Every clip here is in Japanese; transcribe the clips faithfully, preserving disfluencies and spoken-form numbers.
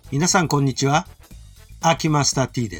皆さんこんにちは。アキマスター T です。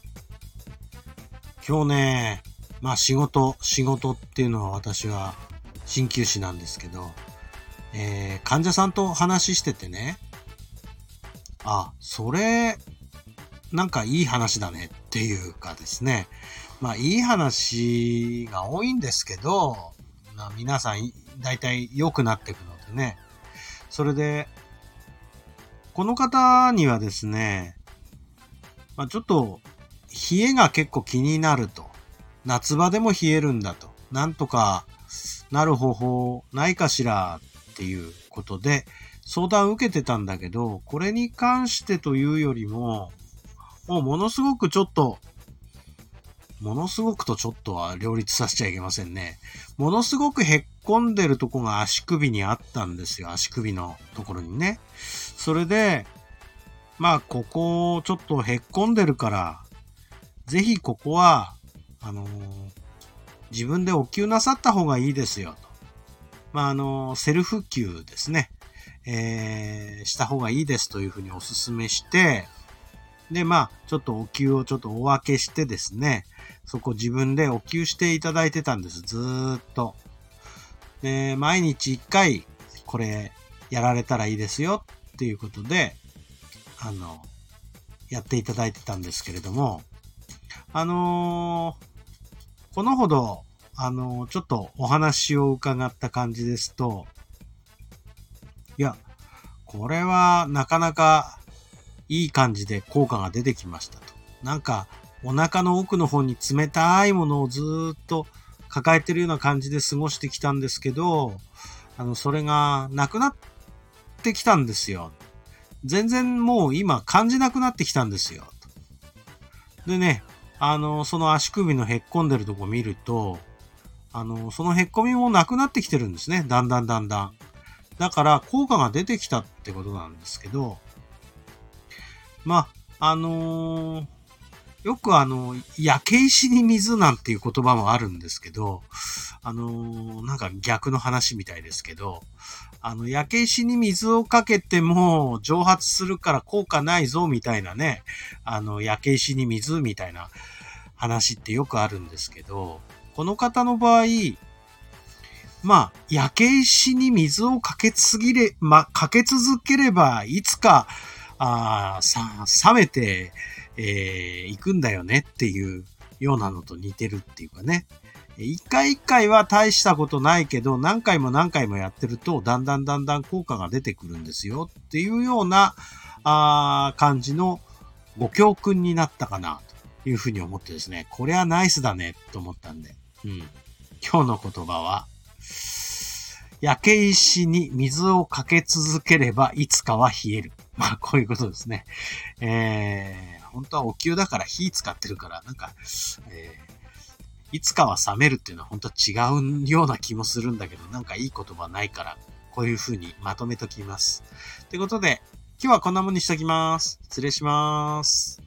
今日ね、まあ仕事、仕事っていうのは私は鍼灸師なんですけど、えー、患者さんと話しててね、あ、それ、なんかいい話だねっていうかですね、まあいい話が多いんですけど、まあ、皆さん大体良くなっていくのでね、それで、この方にはですね、まあ、ちょっと冷えが結構気になると。夏場でも冷えるんだと。なんとかなる方法ないかしらっていうことで相談を受けてたんだけど、これに関してというよりも、もうものすごくちょっと、ものすごくとちょっとは両立させちゃいけませんね。ものすごくへっこんでるとこが足首にあったんですよ。足首のところにね。それで、まあ、ここちょっとへっこんでるから、ぜひここは、あのー、自分でお灸なさった方がいいですよと。まあ、あのー、セルフ灸ですね。えー、した方がいいですというふうにお勧めして、で、まあ、ちょっとお灸をちょっとお分けしてですね、そこ自分でお灸していただいてたんです。ずーっと。で、毎日一回、これ、やられたらいいですよっていうことで、あの、やっていただいてたんですけれども、あのー、このほど、あのー、ちょっとお話を伺った感じですと、いや、これはなかなかいい感じで効果が出てきましたと。なんか、お腹の奥の方に冷たいものをずーっと抱えてるような感じで過ごしてきたんですけど、あの、それがなくなってきたんですよ。全然もう今感じなくなってきたんですよ。でね、あの、その足首のへっこんでるとこ見ると、あの、そのへっこみもなくなってきてるんですね。だんだんだんだん。だから効果が出てきたってことなんですけど、まあ、あのー、よくあの、焼け石に水なんていう言葉もあるんですけど、あのー、なんか逆の話みたいですけど、あの、焼け石に水をかけても蒸発するから効果ないぞみたいなね、あの、焼け石に水みたいな話ってよくあるんですけど、この方の場合、まあ、焼け石に水をかけすぎれ、ま、かけ続ければ、いつか、あさ、冷めて、えー、行くんだよねっていうようなのと似てるっていうかね。一回一回は大したことないけど、何回も何回もやってると、だんだんだんだん効果が出てくるんですよっていうような、あ感じのご教訓になったかなというふうに思ってですね、これはナイスだねと思ったんで、うん。今日の言葉は、焼け石に水をかけ続ければいつかは冷える。まあ、こういうことですね。えー、本当はお灸だから火使ってるから、なんか、えー、いつかは冷めるっていうのは本当は違うような気もするんだけど、なんかいい言葉ないから、こういう風にまとめときます。ということで、今日はこんなもんにしときます。失礼します。